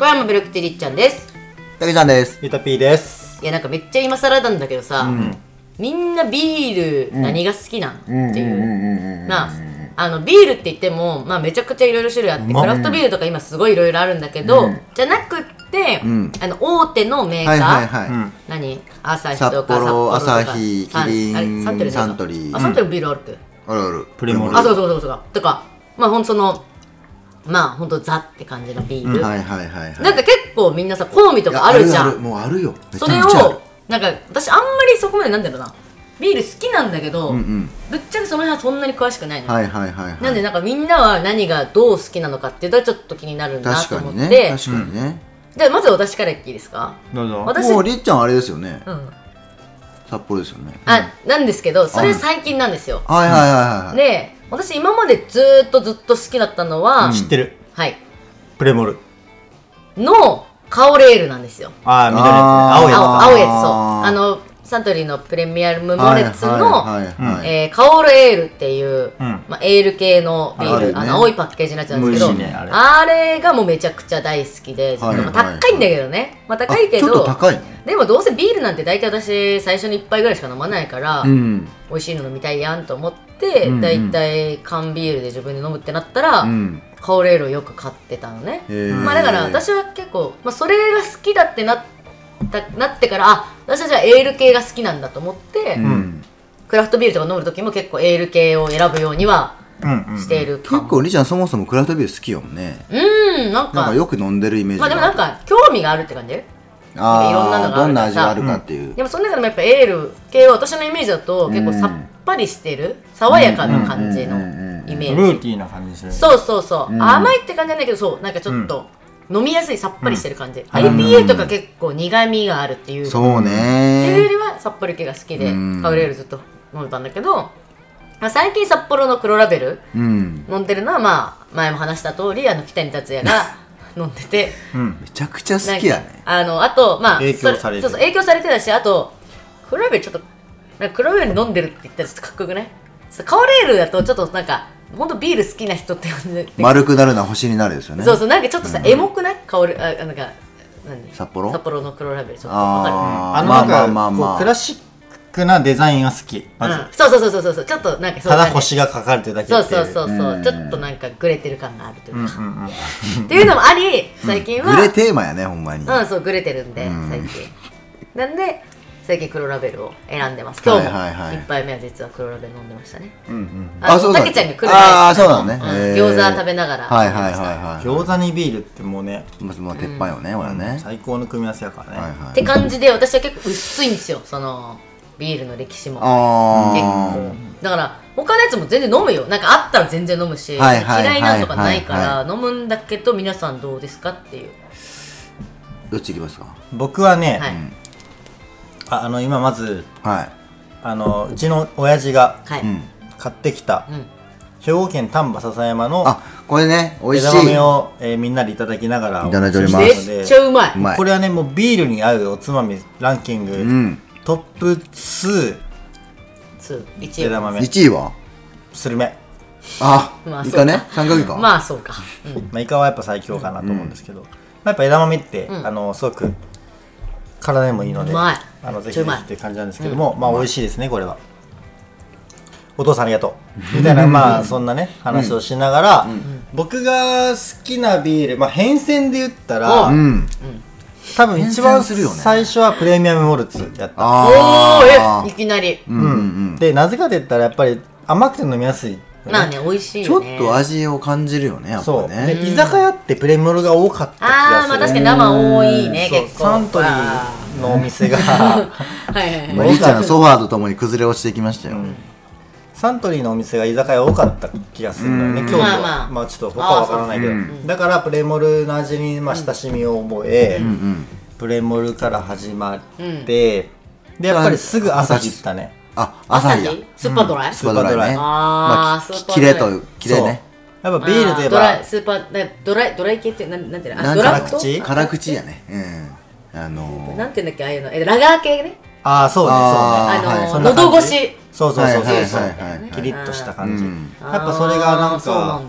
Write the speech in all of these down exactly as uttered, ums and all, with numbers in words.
横山ベルクティリッちゃんです。 たけちゃんです。 ゆたぴーです。 いやなんかめっちゃ今更なんだけどさ、うん、みんなビール何が好きなん、うん、っていうなあのビールって言っても、まあ、めちゃくちゃいろいろ種類あって、クラフトビールとか今すごいいろいろあるんだけど、うん、じゃなくって、うん、あの大手のメーカー、はいはいはい、何アサヒとか札幌、アサヒ、キリン、 サントリー、 サントリー、 あサントリービールあるって、 あるある、 プリモル、あそうそうそうそうとか、まあほんとそのまあほんとザって感じのビール、うん、はいはいはいはい、なんか結構みんなさ好みとかあるじゃん。 あるある、もうあるよ。 それをなんか私あんまりそこまでなんだろうな、ビール好きなんだけど、うんうん、ぶっちゃけその辺はそんなに詳しくないの、はいはいはいはい、なんでなんかみんなは何がどう好きなのかっていうとちょっと気になるなと思って、 確かにね、確かにね、 うん、じゃあまず私から言っていいですか。 どうぞ。 私もうりっちゃんあれですよね、うん、札幌ですよね。 あ、うん、なんですけどそれ最近なんですよ。 はいはいはいはい。 で私今までずっとずっと好きだったのは、 うん、知ってる、 はい、 プレモルのカオレールなんですよ。 ああ緑のやつ、青いやつ、 青いやつ、そうあのサントリーのプレミアムモレツのカオルエールっていう、うん、まあ、エール系のビール、あ、ね、あの青いパッケージのやつなんですけど、ね、あれ、あれがもうめちゃくちゃ大好きで、はいはいはい、高いんだけどね、まあ、高いけどちょっと高い、ね、 でもどうせビールなんて大体私最初の一杯ぐらいしか飲まないから、うん、美味しいの飲みたいやんと思って、うんうん、大体缶ビールで自分で飲むってなったら、うん、カオルエールをよく買ってたのね。まあ、だから私は結構、まあ、それが好きだってなってなってから、あ、私はじゃあエール系が好きなんだと思って、うん、クラフトビールとか飲む時も結構エール系を選ぶようにはしているかも。 結構りちゃんそもそもクラフトビール好きよもんね。 うん、なんか、 なんかよく飲んでるイメージが。 まあでもなんか興味があるって感じ。あ、いろんなのがあるから、どんな味があるかっていう、うん、でもその中でもやっぱエール系は私のイメージだと結構さっぱりしてる、爽やかな感じのイメージ、 フルーティーな感じですね。 そうそうそう、うん、甘いって感じじゃないけど、そうなんかちょっと、うん、飲みやすいさっぱりしてる感じ、うん、アイピーエー とか結構苦味があるっていう、 そうねっていうよりはさっぱり系が好きで、うん、カオルエールずっと飲んでたんだけど、まあ、最近札幌の黒ラベル、うん、飲んでるのは、まあ、前も話した通りあの北見達也が飲んでて、 うん、めちゃくちゃ好きやね。 あのあと、まあ、 影響されてそうそう影響されてたし、あと黒ラベルちょっとなんか黒ラベル飲んでるって言ったらちょっとかっこよくない？カオルエールだとちょっとなんか本当ビール好きな人って感じで丸くなるな星になるですよね。 そうそう、なんかちょっとさ、うん、エモくない？カオル、あ、なんか何？札幌？札幌の黒ラベルちょっとわかる？ あのなんか、まあまあまあまあ、クラシックなデザインは好き。まず、 うん、そうそうそうそうそう、ちょっとなんかそうただ星が描かれてるだけっていう。 そうそうそうそう、うん、ちょっとなんかグレてる感があるというか、うんうんうん、っていうのもあり、最近は、 うん、グレテーマやねほんまに。 うん、そうグレてるんで、うん、最近なんで最近黒ラベルを選んでます。今日もいっぱいめは実は黒ラベル飲んでましたね。うんうん、あのたけちゃんが来る前、 ああそうなのね、 うん、餃子食べながら、 はいはいはいはい、 餃子にビールってもうね、 まずもう鉄板よね、うん、俺はね、 最高の組み合わせやからね、はいはい、 って感じで私は結構薄いんですよ、そのビールの歴史も。あ結構だから他のやつも全然飲むよ、なんかあったら全然飲むし、はいはいはいはい、嫌いなのとかないから飲むんだけど、皆さんどうですかっていう。 どっちいきますか？ 僕はね、 はい、 あ, あの今まず、 はい、 あのうちの親父が買ってきた、 はい、うん、 兵庫県丹波篠山のあこれね美味しい枝豆を、えー、みんなでいただきながらいただいております。 めっちゃうまい。 これはねもうビールに合うおつまみランキング、うん、トップツー、いちい枝豆、 いちいはスルメ。 あ、まあ、イカね、三角イカ。 まあそうか、 うん、まあイカはやっぱ最強かなと思うんですけど、うん、まあ、やっぱ枝豆って、うん、あのすごく体にもいいので、 うまい、 あのぜひぜひっていう感じなんですけども、うん、まあ美味しいですねこれは。お父さんありがとうみたいなまあそんなね話をしながら、うんうん、僕が好きなビール、まあ変遷で言ったら、うん、多分一番最初はプレミアムモルツやった。 おー、え、いきなり、 うんうん、でなぜかと言ったらやっぱり甘くて飲みやすい。 まあね、美味しいよね。 ちょっと味を感じるよね、やっぱね。そうで、居酒屋ってプレモルが多かった気がする。 ああ、まあ確かに生多いね、結構。 サントリーのお店がはいはいはい、リーちゃんのソファーとともに崩れ落ちてきましたよ、うん、 サントリーのお店が居酒屋多かった気がするのよね、京都は。まあ、まあ、まあちょっと他は分からないけど、うん、だからプレモルの味にまあ親しみを覚え、うんうん、プレモルから始まって、うん、でやっぱりすぐ朝日行ったね。 あ、朝日や。 スーパードライ、うん、 スーパードライね。 あー、 まあ、キレとキレね。 やっぱビールといえばドライ、スーパードライ、ドライ系ってなんなんていうの？ あ、ドラフト？辛口やね。うん。あのー、 なんていうんだっけ、ああいうの、え、ラガー系ね。 ああ、そうね、そうね。 あのー、喉越し。 そうそうそうそうそう。キリッとした感じ。やっぱそれがなんか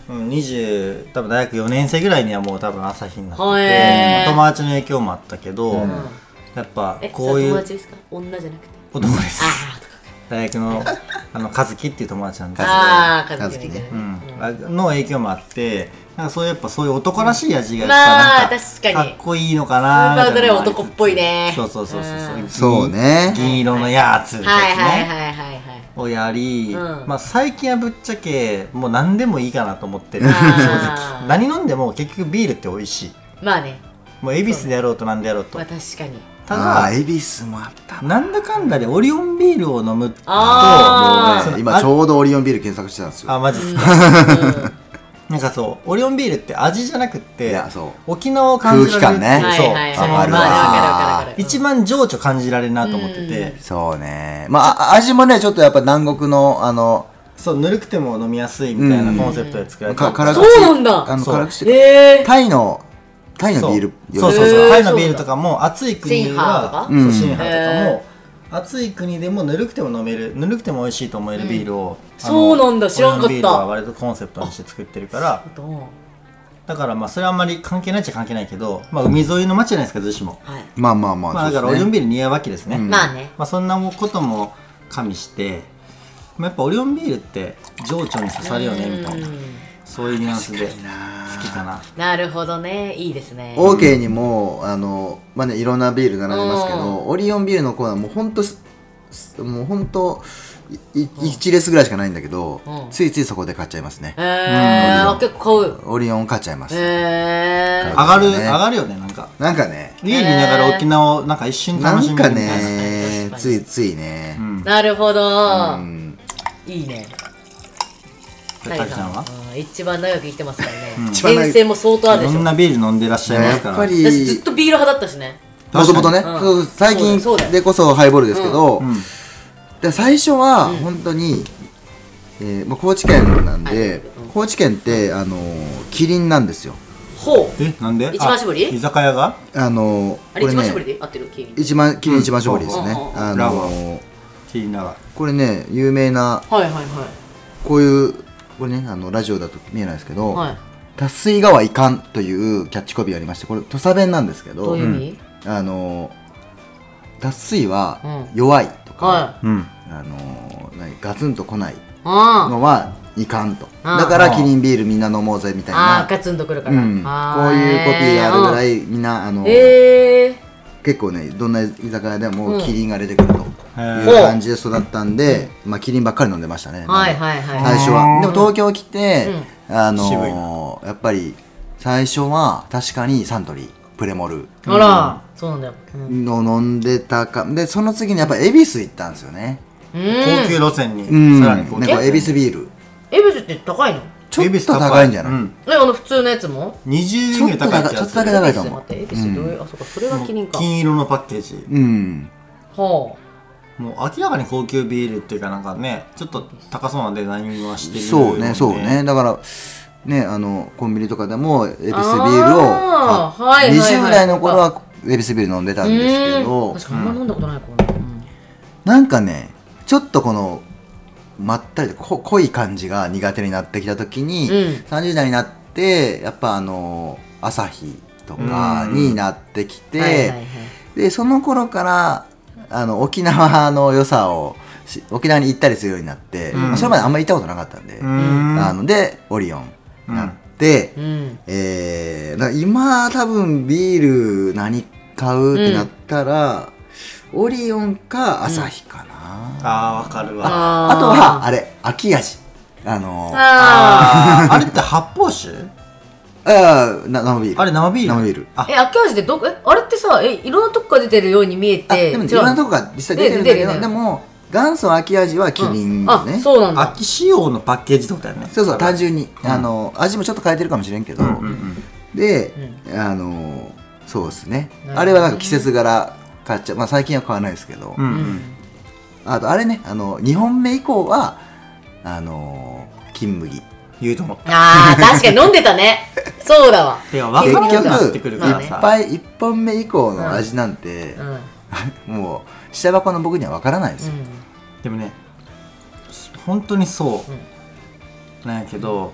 うん、にじゅう多分大学よねん生ぐらいにはもう多分朝日になってへて、 ー友達の影響もあったけど、 うんやっぱえこういうそれ友達ですか女じゃなくて男ですあーとか大学のあの和樹っていう友達なんですけどあー家和樹ね族みたいなうん、の影響もあってなんかそういうやっぱそういう男らしい味がやっまあぱなんか確かにかっこいいのかスなーパードライみたいなのもありつつ男っぽいねそうそうそうそううんそうね銀色のやつたちね、 はいはいはいはいはいをやり、 うんまあ最近はぶっちゃけもう何でもいいかなと思ってるあ正ー直何飲んでも結局ビールって美味しいまあねもう恵比寿でやろうとなんでやろうとまあ確かにただああ恵比寿もあったなんだかんだでオリオンビールを飲むとあーもうね今ちょうどオリオンビール検索してたんですよあマジっすか、なんかそうオリオンビールって味じゃなくっていやそう沖縄を感じられる空気感ねそう、 はいはいはいそのわかるわまあねわかるわかるわかる一番情緒感じられるなと思ってて、 そうねまああ味もねちょっとやっぱ南国のあのそうぬるくても飲みやすいみたいなコンセプトで作られてる、 か辛口そうなんだあのそう辛口えータイのタイのそうビールそうそうへーそうタイのビールとかも暑い国シンハーとかはうんそうシンハーとかへも暑い国でもぬるくても飲めるぬるくても美味しいと思えるビールを、あのそうなんだ知らんかったオリオンビールは割とコンセプトにして作ってるからどうだからまあそれはあんまり関係ないっちゃ関係ないけど、まあ、海沿いの街じゃないですか逗子も、 はいまあまあまあまあ、だからオリオンビール似合うわけですね、 うんまあねまあ、そんなことも加味して、まあ、やっぱオリオンビールって情緒に刺さるよねみたいなうんそういうニュアンスで好なきかななるほどねいいですねオーケーにもあのまあねいろんなビール並んでますけうどオリオンビールのコーナーもうほんとすもうほんといい一列ぐらいしかないんだけどうんついついそこで買っちゃいますねへえー、結構買うオリオン買っちゃいますへえー、 上がる、 ね上がるよねなんかなんかね家にいながら沖縄をなんか一瞬な楽しんかめるみたいなね確かについついねうんなるほど、 うんいいねタイちゃんはうん一番長く生きてますからね一番長い遠征も相当あるでしょいろんなビール飲んでらっしゃいますから、 やっぱり私ずっとビール派だったしねもともとねうんそう最近そうだよでこそハイボールですけどうんで最初は本当にえーまあ高知県なんはいでうん高知県ってあのーキリンなんですよほうえなんで一番搾りあ居酒屋があのーあれ一番搾りこれねで合ってるキリン一番キリン一番搾りですねうんあラのーキリンラガこれね有名なはいはいはこういうこれねあのラジオだと見えないですけどいはい達水川いかんというキャッチコピーがありましてこれ土佐弁なんですけどどういう意味、 あの脱水はうん弱いとか、 はいうんあの何ガツンと来ないあのはいかんとあだからキリンビールみんな飲もうぜみたいなあーガツンとくるから、 うん、こうあいうコピーがあるぐらいいみんなあの、 えー、 結構ねどんな居酒屋でうんもキリンが出てくるとへいうー感じで育ったんで、まあ、キリンばっかり飲んでましたね、 はいはいはい最初はでも東京来て、あ渋いのーやっぱり最初は確かにサントリープレモルあら、そうなんだよ、うんの飲んでたかでその次にやっぱ恵比寿行ったんですよね高級路線に、 うんさらに高級なんか恵比寿ビールエビスって高いのちょっと高いんじゃない、 うん、 えあの普通のやつもにじゅうえんぐらい高いってやつちょっとだけ高いと思う待ってエビスどういう、あそっかそれがキリンか金色のパッケージうんはもう明らかに高級ビールっていうかなんかねちょっと高そうなデザインはしてるそうねそうねだからねあのコンビニとかでも恵比寿ビールをあーはいはいはいにじゅう代の頃は恵比寿ビール飲んでたんですけうどん確かにあんま飲んだことないかも、うんなんかねちょっとこのまったりとこ濃い感じが苦手になってきた時に、 うんさんじゅう代になってやっぱあの朝日とかになってきて、 はいはいはいでその頃からあの沖縄の良さをし沖縄に行ったりするようになって、 うんまあそれまであんまり行ったことなかったんで、 うんあのでオリオンになって、 うんえーだから今多分ビール何買うってなったら、オリオンか朝日かな、 あーわかるわああとはあれ秋味あのー、 ああーあれって発泡酒あーな生ビールあれ生ビール生ビールあーえ秋味でどこえあれってさえいろんなとこから出てるように見えあてでもい違うろんなとこが実際出てるんだけど、 出てるねでも元祖秋味はキリンうんあね、 そうなんだ秋仕様のパッケージってことだよねそうそう単純に、 うんあの味もちょっと変えてるかもしれんけど、 うんうんうんで、あのそうですねなるほどねあれはなんか季節柄買っちゃう、まあ、最近は買わないですけど、 うんうんあとあれねあのにほんめ以降はあの金麦言うと思ったあー確かに飲んでたねそうだわてか分結からなくなっ局てくるいからさっぱいいっぽんめ以降の味なんてう、んもう下箱の僕には分からないですよ、 でもね本当にそうなんやけど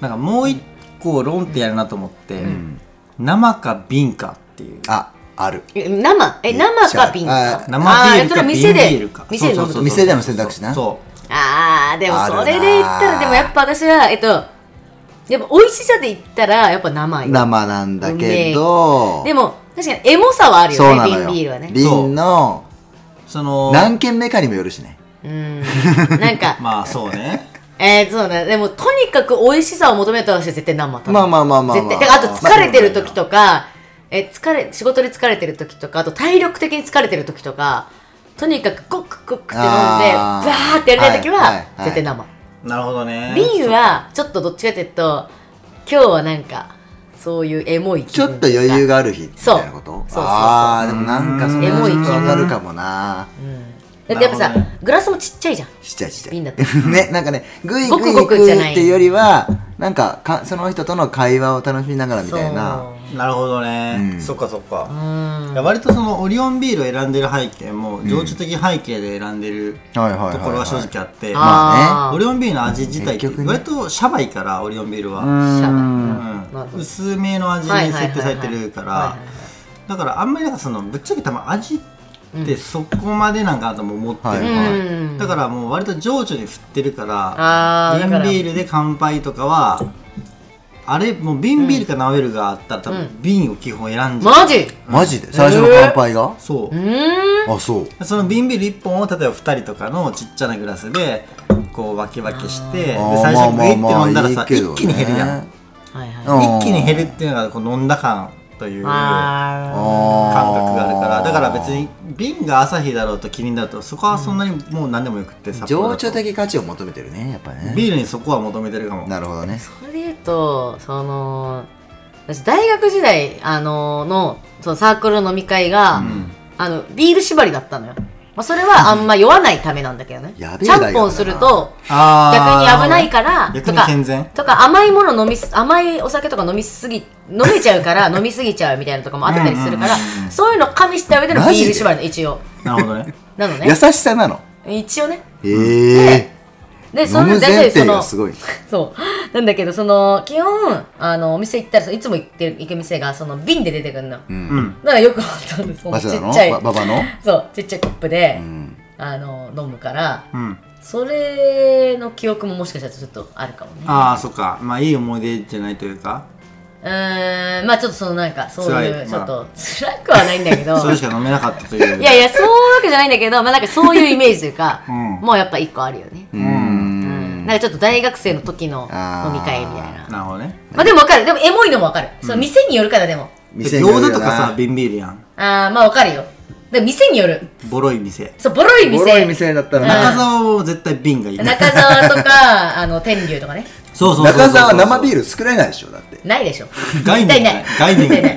なんかもう一個論点やるなと思って、うん、生か瓶かっていう。 あ、ある。 生え生か瓶か。 生ビールか瓶ビールか。 店で飲むと店での選択肢な。 そう。 あーでもそれで言ったらでもやっぱ私はえっとやっぱ美味しさで言ったらやっぱ生よ。 生なんだけど。 でも確かにエモさはあるよね瓶ビールはね。 瓶のその何軒目かにもよるしね。 うん。なんかまあそうね。 えー、そうね。でもとにかく美味しさを求めたら私は絶対生。 まあまあまあまあ、まあ、 絶対。だからあと疲れてる時とか、え疲れ仕事で疲れてる時とか、あと体力的に疲れてる時とか、とにかくゴクゴクって飲んでバーってやりたい時は、はいはいはい、絶対生。 なるほどね。 瓶はちょっとどっちかというと今日はなんかそういうエモい気分、 ちょっと余裕がある日みたいなこと。そうそうそうそう。ああでもなんかそれはちょっとわかるかもな。うんだってやっぱさ、ね、グラスもちっちゃいじゃん。 ちっちゃいちっちゃい。 瓶だってね、なんかね、グイグイグイっていうよりは、なんかかその人との会話を楽しみながらみたいな。 なるほどね。うん、そっかそっか。いや割とそのオリオンビールを選んでる背景も情緒的背景で選んでるところが正直あって、まあね、オリオンビールの味自体って割とシャバいからオリオンビールは。シャバい。薄めの味に設定されてるから、だからあんまりなんかそのぶっちゃけたま味でそこまでなんかとも思ってる、はいはい、だからもう割と情緒に振ってるから瓶ビールで乾杯とかはあれもう瓶ビールか生ビールがあったら多分瓶を基本選んじゃう、 マジマジで最初の乾杯が、 えー、そうあそうその瓶ビールいっぽんを例えばふたりとかのちっちゃなグラスでこう分け分けしてで最初にグイって飲んだらさ、まあまあまあいいけどね、一気に減るじゃん、はいはい、一気に減るっていうのがこう飲んだ感という感覚があるからだから別に瓶が朝日だろうとキリンだろうとそこはそんなにもう何でもよくて情緒的価値を求めてるねやっぱねビールにそこは求めてるかも。 なるほどね。 それで言うとその私大学時代あののそのサークルの飲み会が、うん、あのビール縛りだったのよ。まあ、それはあんま酔わないためなんだけどね。ちゃんぽんすると逆に危ないからとかとか甘いもの飲み甘いお酒とか飲みすぎ飲めちゃうから飲みすぎちゃうみたいなとかもあったりするからそういうの加味した上でのビール縛りの一応。 なるほどね。 なのね。 優しさなの。 一応ね。 へえ。 でその飲む前提がすごい。 そうなんだけどその基本あのお店行ったらいつも行ってる行く店がその瓶で出てくるの、うん、だからよくあったんです。そのちっちゃいババのそうちっちゃいコップで、うん、あの飲むから、うん、それの記憶ももしかしたらちょっとあるかもね。 ああそっかまあいい思い出じゃないというかうーんまあちょっとそのなんかそういうちょっと辛くはないんだけどそれしか飲めなかったといういやいやそういうわけじゃないんだけどまあなんかそういうイメージというか、うん、もうやっぱ一個あるよね。うんなんかちょっと大学生の時の飲み会みたいな。 なるほどね。 まあでも分かる。でもエモいのも分かる。うん、その店によるからでも。 餃子とかさ瓶ビールやん。 ああまあ分かるよ。でも店による。 ボロい店。 そうボロい店。 ボロい店だったら中澤は絶対瓶がいい。 中澤とかあの天竜とかね。 そうそうそうそう。 中澤は生ビール作れないでしょだって。 ないでしょ。 概念ない。概念ない。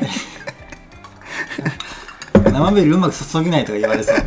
生ビールうまく注ぎないとか言われそう。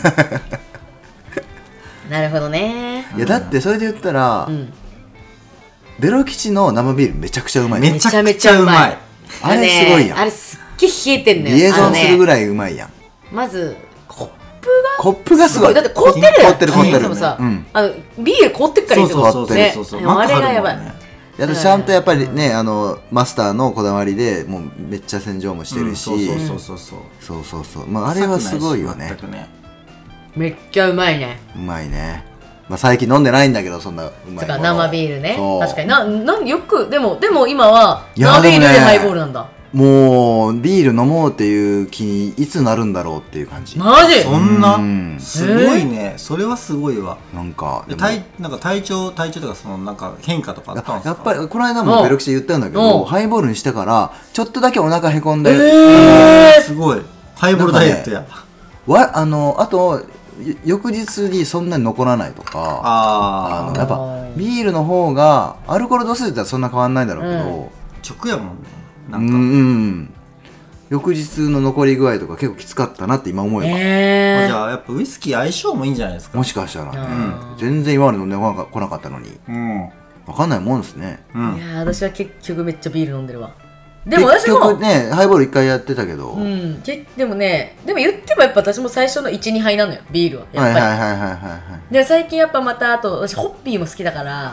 なるほどね。 いやだってそれで言ったら、うん、ベロ吉の生ビールめちゃくちゃうまい。 めちゃめちゃうまい。 あれすごいやん。 あれすっげえ冷えてんのよ。 リエゾンするぐらいうまいやん。 まずコップがコップがすごい。 だって凍ってるやん。 凍ってる凍ってる。 でもさ、うん、あのビール凍ってっからいいと思う。 そうそうそうそう。 あれがやばい。 あとちゃんとやっぱりねあのマスターのこだわりでもうめっちゃ洗浄もしてるし、 そうそうそうそうそうそうそう。まああれはすごいよね。 めっちゃうまいね。 うまいね。まあ、最近飲んでないんだけどそんなうまいもの生ビールね。確かにななよくでもでも今は生ビールでハイボールなんだ。 もうビール飲もうっていう気にいつなるんだろうっていう感じ。 マジそんな、うん、すごいね。それはすごいわ。 なんか体なんか体調体調とかそのなんか変化とかあったんですか。 やっぱりこの間もベロキシ言ったんだけどハイボールにしてからちょっとだけお腹へこんで、 えー、 すごいハイボールダイエットや、ね、 わあのあと翌日にそんなに残らないとかああのやっぱビールの方がアルコール度数だったらそんな変わんないだろうけど、うん、 直やもんね。なんかうん、うん、翌日の残り具合とか結構きつかったなって今思えば、 えー、 じゃあやっぱウイスキー相性もいいんじゃないですか。 もしかしたらね、うん、全然今まで飲んでこなかったのに、うん、分かんないもんですね、 うん、いや私は結局めっちゃビール飲んでるわ。でも私も結局ねハイボールいっかいやってたけど、 うん、でもねでも言ってもやっぱ私も最初の いちにはいなのよビールはやっぱり。 はいはいはいはいはい。 で最近やっぱまたあと私ホッピーも好きだから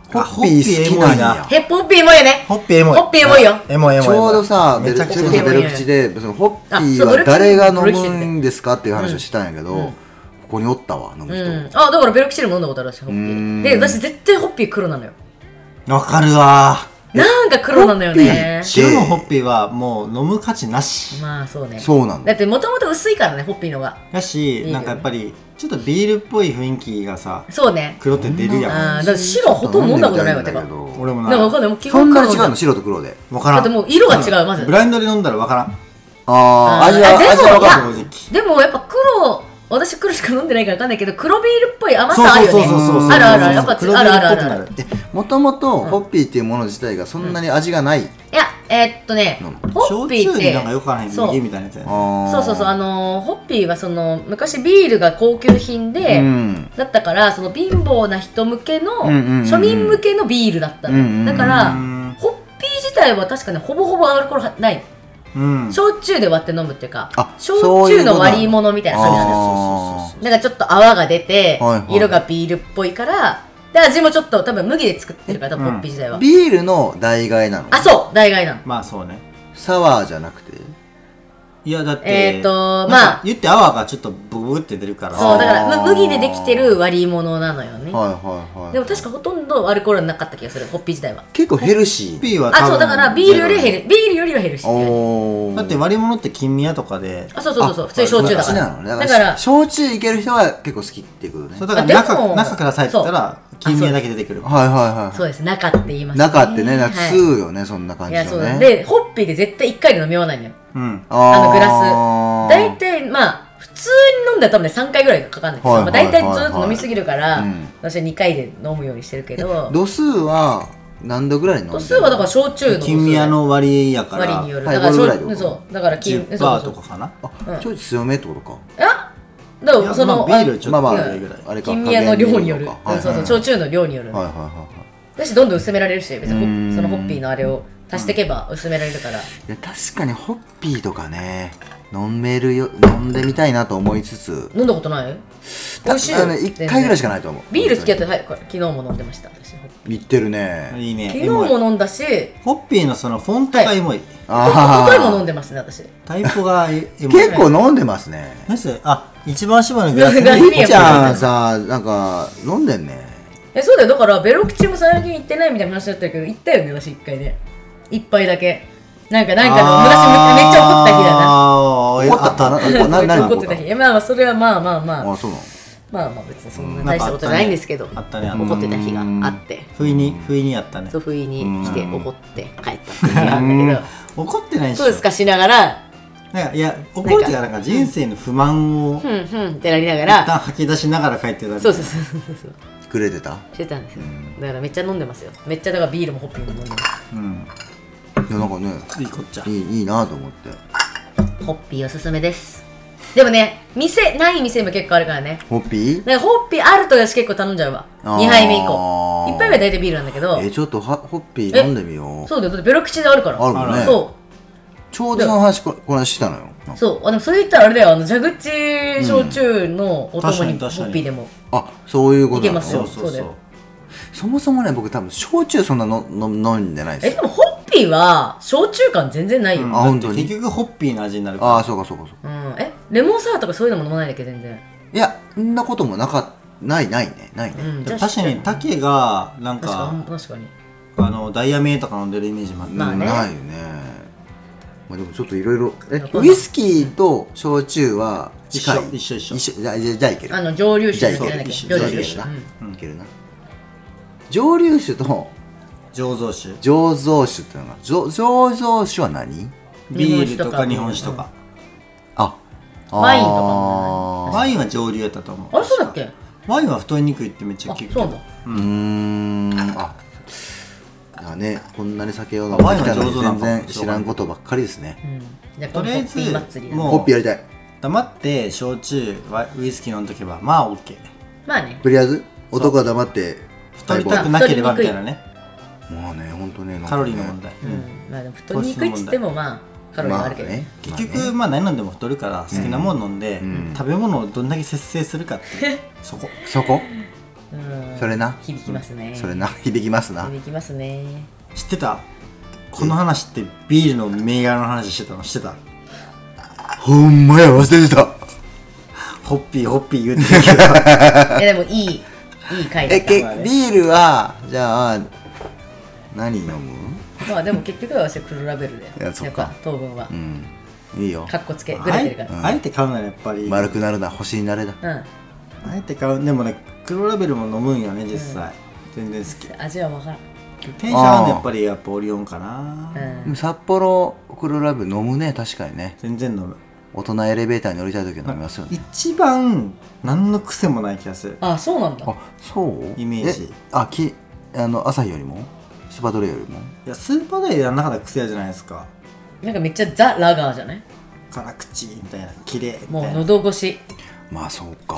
ホッピー好きなんや。 ヘッホッピーエモいよね。 ホッピーエモい。 ホッピーエモいよ。 エモいエモい。 ちょうどさ、 めちゃくちゃベル口でそのホッピーは誰が飲むんですかっていう話をしたんやけど、ここにおったわ、飲む人。 あ、だからベル口でも飲んだことあるし、ホッピー。で、私絶対ホッピー黒なのよ。 わかるわ。 なんか黒なのよね。 白のホッピーはもう飲む価値なし。 まあそうね。 そうなんだ。だってもともと薄いからね、ホッピーのが。 だし、なんかやっぱりちょっとビールっぽい雰囲気がさ、 そうね。 黒って出るやん。 ああ、だって白ほとんど飲んだことないわけだ。 俺もない。 だからわかんない。もう基そんな本黒に違うの、白と黒で。 わからん。 だってもう色が違う、まず。 ブラインドで飲んだらわからん。 ああ、味は味はわかる。 でもやっぱ黒、私黒しか飲んでないからわかんないけど、黒ビールっぽい甘さあるよね。 そうそうそうそう。 あるある、やっぱあるあるあるある。 もともとホッピーっていうもの自体がそんなに味がない。いや、えっとね、ホッピーって、 なんかよくわからへん麦みたいなやつやね。 そうそうそう、あのホッピーはその昔ビールが高級品でだったから、その貧乏な人向けの庶民向けのビールだったの。だからホッピー自体は確かね、ほぼほぼアルコールない。焼酎で割って飲むっていうか、焼酎の割り物みたいな感じなんですよ。なんかちょっと泡が出て色がビールっぽいから、で味もちょっと多分麦で作ってるから、多分ホッピー自体はビールの代替なの。 あ、そう代替なの。 まあそうね。 サワーじゃなくて、 いやだってえっとまあ言って泡がちょっとブブって出るから、 そうだから麦でできてる割り物なのよね。 はいはいはい。 でも確かほとんどアルコールなかった気がする、ホッピー自体は。 結構ヘルシー。 ホッピーはあ、そうだからビールよりヘルビールよりはヘルシー。 だって割り物って金宮とかで、 あ、そうそうそう、普通に焼酎だから。 だから焼酎いける人は結構好きっていうことね。 そうだから中中から入ったら金宮だけ出てくる。 はいはいはい。 そうです、中って言いますね。 中ってね、吸うよね、そんな感じのね。いやそうだ。 でホッピーで絶対いっかいで飲み終わらないのよ。うん。あのグラス大体まあ普通に飲んだら多分ねさんかいぐらいかかんないけど、大体ずっと飲みすぎるから私はにかいで飲むようにしてるけど。 度数は何度ぐらい飲んでるの？ 度数はだから焼酎の金宮の割りやから割りによる。だからそうだから金じゅっパーセントとかかな。 あ、ちょい強めってことか。 いやだからそのビールちょっとぐらい金宮の量による。そうそう焼酎の量による。はいはいはいはい。だしどんどん薄められるし、別にそのホッピーのあれを足していけば薄められるから。いや確かにホッピーとかね、飲めるよ、飲んでみたいなと思いつつ。 飲んだことない？美味しいよ。 いっかいぐらいしかないと思う。 ビール好きやって、はい、昨日も飲んでました私。 言ってるね。 いいね。 昨日も飲んだし、 ホッピーのそのフォントがエモい。 ああ。タイも飲んでますね私。 タイプがエモい。 結構飲んでますね。 何それ？あ、一番搾りのグラスに。みっちゃんさ、なんか飲んでんね。 え、そうだよ。だからベロ口も最近行ってないみたいな話だったけど、行ったよね私一回ね。一杯だけ。なんかなんかの昔めっちゃ怒ってた日だな。 ああ、怒ったな。怒ってた日。まあまあそれはまあまあまあ。 あ、そうなの。 まあまあ別にそんな大したことじゃないんですけど、 あったね、 怒ってた日があって、 不意に不意にやったね。 そう不意に来て怒って帰ったって日があるんだけど、怒ってないし。 そうですかしながら、 なんかいや怒るっていうかなんか人生の不満をふんふんってなりながら、 一旦吐き出しながら帰ってた。 そうそうそうそうそう。 くれてた？ してたんですよ。だからめっちゃ飲んでますよ。めっちゃだからビールもホッピーも飲んでます。 うん。いやなんかね、 いいこっちゃ。 いいいいなと思って。 ホッピーおすすめです。でもね、店ない店も結構あるからね。 ホッピー？ だからホッピーあると私結構頼んじゃうわ。にはいめ以降。いっぱいは大体ビールなんだけど。 え、ちょっとホッピー飲んでみよう。 そうだよ、だってベロ口であるから。 あるもんね。 そう。 ちょうどその話この話したのよ。 そう、あでもそれ言ったらあれだよ、あの蛇口焼酎のお供にホッピーでも。 あ、そういうこといけますよ。そうだよ。 そもそもね、僕多分焼酎そんなの飲んでないです。 え、でもホッピーは焼酎感全然ないよ。 あ、本当に。結局ホッピーの味になるから。 あ、そうかそうかそうか。 うん、え、レモンサワーとかそういうのも飲まないだけ全然。 いや、そんなこともなかないないねないね。 確かに竹がなんか確かにあのダイヤメとか飲んでるイメージもある。ないよね。まあでもちょっといろいろウイスキーと焼酎は近い。 一緒一緒一緒。じゃあじゃあいける。 あの蒸留酒じゃあいける。蒸留酒な。いけるな。蒸留酒と醸造酒醸造酒っていうのが醸造酒は何？ ビールとか日本酒とか。 あ、 ワインとかもワインは蒸留やったと思う。 あれそうだっけ？ ワインは太りにくいってめっちゃ聞くけど。 そうだ。 うーん。ああね、こんなに酒を飲んできたのに全然知らんことばっかりですね。 じゃあとりあえずもうホッピーやりたい。 黙って焼酎ウイスキー飲んとけばまあ OK。 まあね。 とりあえず男は黙って太りたくなければみたいなね。 まあね、本当ね、 カロリーの問題。 うん。まあでも太りにくいっつってもまあカロリーあるけどね。 結局まあ何飲んでも太るから好きなもの飲んで食べ物をどんだけ節制するかってそこ。 そこ？ うんそれな響きますね。 それな響きますな。 響きますね。 知ってた？この話ってビールの銘柄の話してたの知ってた？ ほんまや忘れてた。 ホッピーホッピー言うてるけどいやでもいいいい回だった。 えけビールはじゃあ何飲む？ まあでも結局は私は黒ラベルでいやそっかやっぱ糖分はうんいいよ。 カッコつけぐれてるから、 あえて買うならやっぱり丸くなるな星になれだ。 うん、 あえて買う。でもね黒ラベルも飲むんよね実際、うん、全然好き。 味は分からん。 テンション合うのやっぱりやっぱオリオンかな、 うん、 札幌黒ラベル飲むね。確かにね。 全然飲む。 大人エレベーターに乗りたい時は飲みますよね。 一番何の癖もない気がする。 あそうなんだ。 あそうイメージ。 あきあの朝日よりもスーパードライよりもいやスーパードライやんなかったら癖じゃないですか。 なんかめっちゃザ・ラガーじゃない？ 辛口みたいな綺麗みもたいうな。 喉越し。 まあそうか。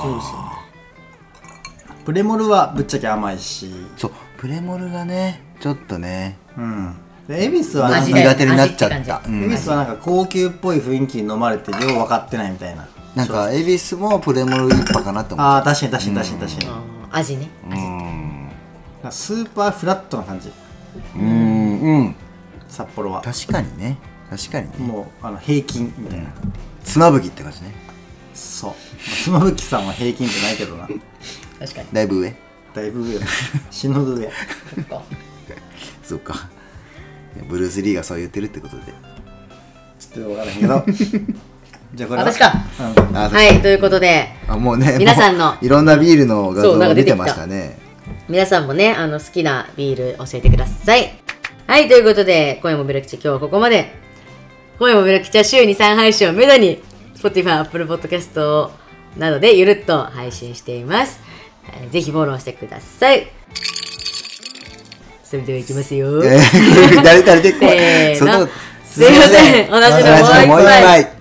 プレモルはぶっちゃけ甘いし。 そうプレモルがねちょっとねうんで恵比寿はなんか苦手になっちゃった。うん恵比寿はなんか高級っぽい雰囲気に飲まれてよう分かってないみたいな。 なんか恵比寿もプレモル一派かなって思っああた。 確かに確かに確かに確かに、 あー味ね。 う味んなんかスーパーフラットな感じうんうん札幌は。 確かにね確かにね。 もうあの平均みたいな、 妻夫木って感じね。 そう妻夫木さんは平均じゃないけどな確かに。 だいぶ上。 だいぶ上死ぬほど上。 そっか。 そっかブルース・リーがそう言ってるってことでちょっと分からんけどじゃあこれは私か、 うん、 あはいということであもうね皆さんのもういろんなビールの画そうなんか出てきた像が出てましたね。 皆さんもねあの好きなビール教えてください。はいということで今夜もベラ吉今日はここまで。今夜もベラ吉は週にさん配信をめどに Spotify、Apple Podcast などでゆるっと配信しています。ぜひフォローしてください。それではいきますよ。 えー誰誰でせーのそのすいません同じのもう一杯。